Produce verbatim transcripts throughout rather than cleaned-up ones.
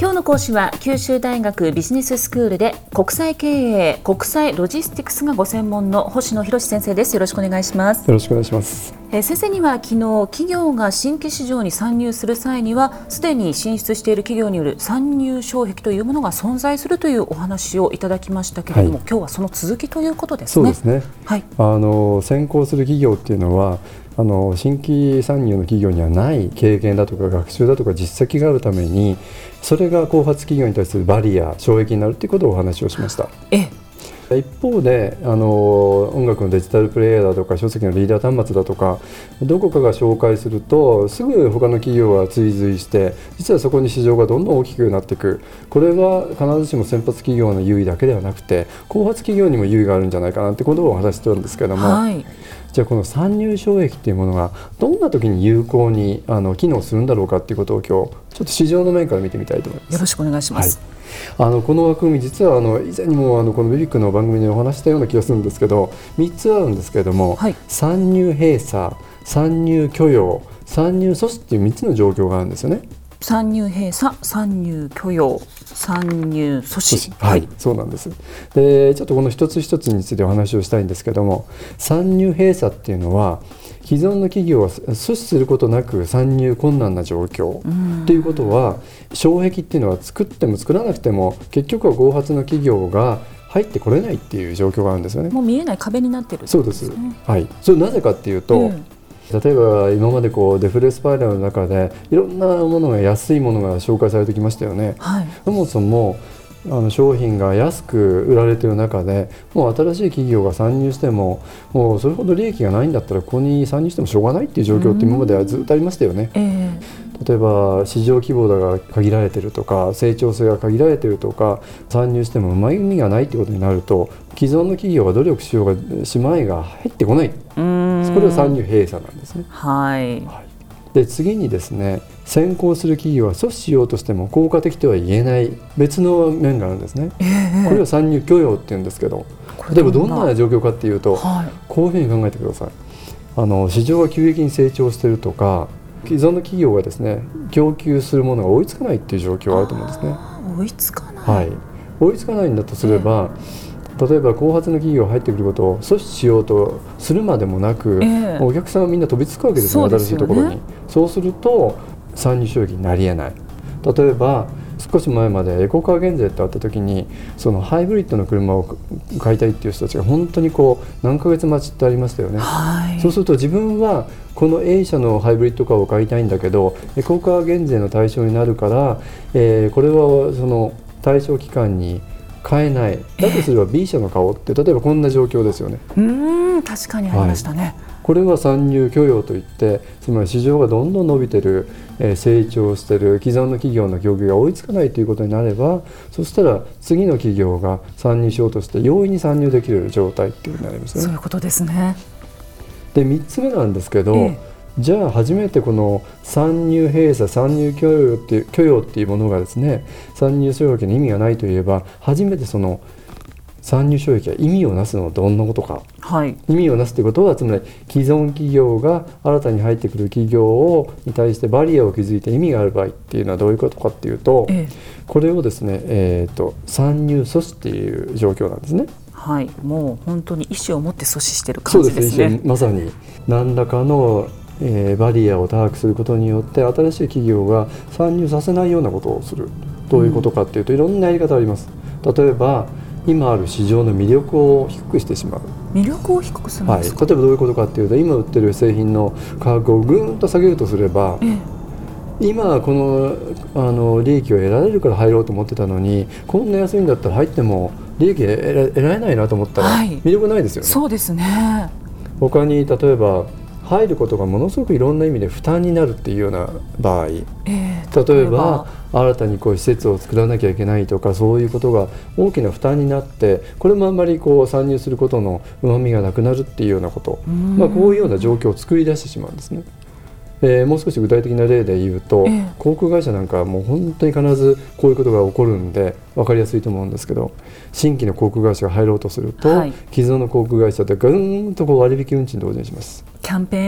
今日の講師は九州大学ビジネススクールで国際経営国際ロジスティクスがご専門の星野博先生です。よろしくお願いします。 よろしくお願いします。 えー、先生には昨日企業が新規市場に参入する際にはすでに進出している企業による参入障壁というものが存在するというお話をいただきましたけれども、はい、今日はその続きということですね。 そうですね、はい、あの先行する企業っていうのはあの新規参入の企業にはない経験だとか学習だとか実績があるためにそれが後発企業に対するバリア障壁になるということをお話をしました。 え一方であの音楽のデジタルプレイヤーだとか書籍のリーダー端末だとかどこかが紹介するとすぐ他の企業が追随して実はそこに市場がどんどん大きくなっていく。これは必ずしも先発企業の優位だけではなくて後発企業にも優位があるんじゃないかなってことをお話してるんですけども、はい、じゃあこの参入障壁っていうものがどんな時に有効にあの機能するんだろうかっていうことを今日ちょっと市場の面から見てみたいと思います。 よろしくお願いします。 はい、あのこの枠組み実はあの以前にもあのこのビビックの番組でお話したような気がするんですけどみっつあるんですけれども、はい、参入閉鎖、参入許容、参入阻止っていうみっつの状況があるんですよね。 参入閉鎖、参入許容、参入阻止、 はい、そうなんです。でちょっとこの一つ一つについてお話をしたいんですけども、参入閉鎖っていうのは既存の企業は阻止することなく参入困難な状況ということは障壁っていうのは作っても作らなくても結局は後発の企業が入ってこれないっていう状況があるんですよね。 もう見えない壁になってる、 そうです、はい、それなぜかっていうと、うん、例えば今までこうデフレスパイラルの中でいろんなものが安いものが紹介されてきましたよね。はい、そもそもあの商品が安く売られている中でもう新しい企業が参入してももうそれほど利益がないんだったらここに参入してもしょうがないっていう状況って今まではずっとありましたよね。えー、例えば市場規模が限られているとか成長性が限られているとか参入してもうまい意味がないってことになると既存の企業が努力しようがしまいが入ってこない。これは参入閉鎖なんですね。 はい、はいで次にですね先行する企業は阻止しようとしても効果的とは言えない別の面があるんですね。えー、これは参入許容っていうんですけど例えばどんな状況かっていうと、はい、こういうふうに考えてください。あの市場が急激に成長しているとか既存の企業がですね供給するものが追いつかないっていう状況があると思うんですね。 追いつかない、 はい、追いつかないんだとすれば、えー、例えば後発の企業が入ってくることを阻止しようとするまでもなく、えー、お客さんはみんな飛びつくわけですね。新しいところにそうすると参入障壁になり得ない。例えば少し前までエコカー減税ってあった時にそのハイブリッドの車を買いたいっていう人たちが本当にこう何ヶ月待ちってありましたよね。はい、そうすると自分はこの A 社のハイブリッドカーを買いたいんだけどエコカー減税の対象になるから、えー、これはその対象期間に買えないだとすれば B 社の買おうって例えばこんな状況ですよね。 うーん確かにありましたね。はい、 これは参入許容といってつまり市場がどんどん伸びている、えー、成長している既存の企業の供給が追いつかないということになればそしたら次の企業が参入しようとして容易に参入できる状態ということになりますね。 そういうことですね。 でみっつめなんですけど、ええ、じゃあ初めてこの参入閉鎖参入許容っていう許容っていうものがですね参入障壁の意味がないといえば初めてその参入障壁が意味をなすのはどんなことか、はい、意味をなすということはつまり既存企業が新たに入ってくる企業をに対してバリアを築いて意味がある場合っていうのはどういうことかっていうと、ええ、これをですね、えーと、参入阻止っていう状況なんですね。 はい、もう本当に意思を持って阻止している感じですね。 そうですね、まさに何らかのえー、バリアを高くすることによって新しい企業が参入させないようなことをする。どういうことかっていうと、うん、いろんなやり方あります。例えば今ある市場の魅力を低くしてしまう。 魅力を低くするんですか。 はい、例えばどういうことかっていうと今売ってる製品の価格をぐーんと下げるとすれば、ええ、今この、あの利益を得られるから入ろうと思ってたのにこんな安いんだったら入っても利益得られないなと思ったら魅力ないですよね。 はい、そうですね。 他に例えば入ることがものすごくいろんな意味で負担になるっていうような場合、えー、例えば新たにこう施設を作らなきゃいけないとかそういうことが大きな負担になってこれもあんまりこう参入することのうまみがなくなるっていうようなこと、まあ、こういうような状況を作り出してしまうんですね。えー、もう少し具体的な例で言うと、えー、航空会社なんかはもう本当に必ずこういうことが起こるんで分かりやすいと思うんですけど新規の航空会社が入ろうとすると、はい、既存の航空会社でぐーんとこう割引運賃で導入します。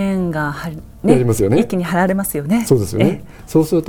キャンペーンがは、 ね、やりますよね。 一気に貼られますよね。 そうですよね。そうすると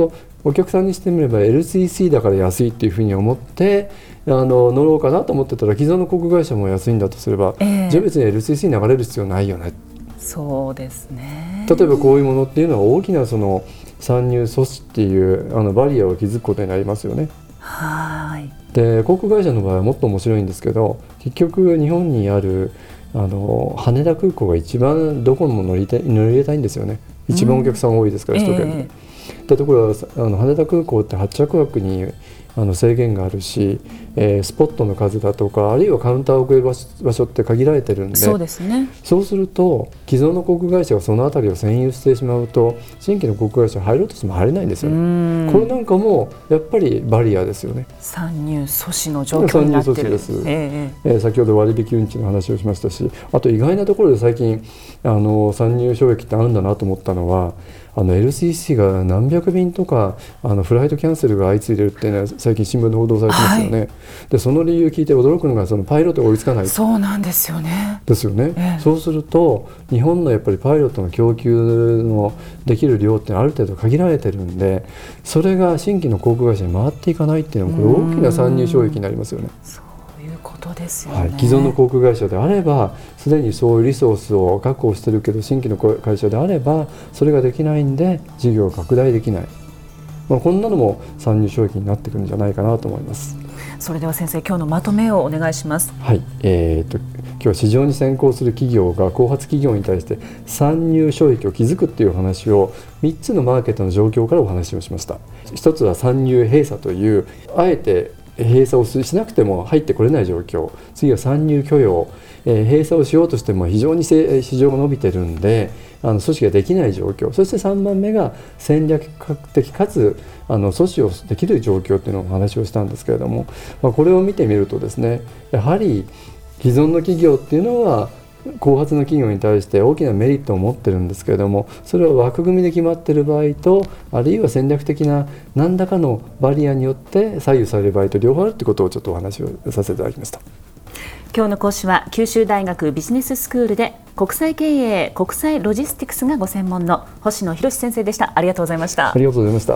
お客さんにしてみれば エルシーシー だから安いっていうふうに思ってあの乗ろうかなと思ってたら、既存の航空会社も安いんだとすれば、えー、じゃあ別に エルシーシー 流れる必要ないよね。 そうですね。 例えばこういうものっていうのは大きなその参入阻止っていうあのバリアを築くことになりますよね。 はい。 で航空会社の場合はもっと面白いんですけど、結局日本にあるあの羽田空港が一番どこも乗りたい乗り入れたいんですよね。一番お客さん多いですから、首都圏で。えー、ところはあの羽田空港って発着枠にあの制限があるし、えー、スポットの数だとか、あるいはカウンターを置ける場所、場所って限られてるんで、 そうですね。 そうすると既存の航空会社がその辺りを占有してしまうと、新規の航空会社入ろうとしても入れないんですよね。これなんかもやっぱりバリアですよね。 参入阻止の状況になっている。参入阻止です、 えーえー、先ほど割引運賃の話をしましたし、あと意外なところで最近あの参入障壁ってあるんだなと思ったのは、あの エルシーシー が何百便とかあのフライトキャンセルが相次いでるっていうのは最近新聞で報道されてますよね。はい、でその理由を聞いて驚くのが、そのパイロットが追いつかない。 そうなんですよね。 ですよね。ええ、そうすると日本のやっぱりパイロットの供給のできる量ってある程度限られてるんで、それが新規の航空会社に回っていかないっていうのは、これ大きな参入障壁になりますよね。 そういうことですよね。 はい、既存の航空会社であればすでにそういうリソースを確保してるけど、新規の会社であればそれができないんで事業を拡大できない、まあ、こんなのも参入障壁になってくるんじゃないかなと思います。 それでは先生、今日のまとめをお願いします。 はい、えー、と今日は市場に先行する企業が後発企業に対して参入障壁を築くっていう話をみっつのマーケットの状況からお話をしました。一つは参入閉鎖という、あえて閉鎖をしなくても入ってこれない状況。次は参入許容、えー、閉鎖をしようとしても非常に市場が伸びてるんであの阻止ができない状況。そしてさんばんめが戦略的かつあの阻止をできる状況というのをお話をしたんですけれども、まあ、これを見てみるとですね、やはり既存の企業っていうのは後発の企業に対して大きなメリットを持ってるんですけれども、それは枠組みで決まっている場合と、あるいは戦略的な何らかのバリアによって左右される場合と両方あるということをちょっとお話をさせていただきました。 今日の講師は九州大学ビジネススクールで国際経営国際ロジスティクスがご専門の星野博先生でした。ありがとうございました。 ありがとうございました。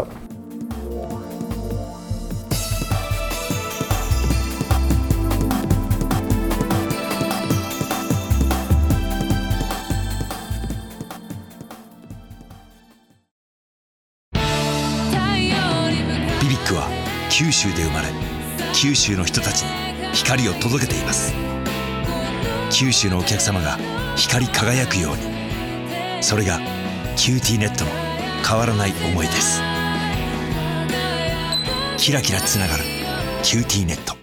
ビビックは九州で生まれ、九州の人たちに光を届けています。九州のお客様が光り輝くように、それがキューティーネットの変わらない思いです。キラキラつながるキューティーネット。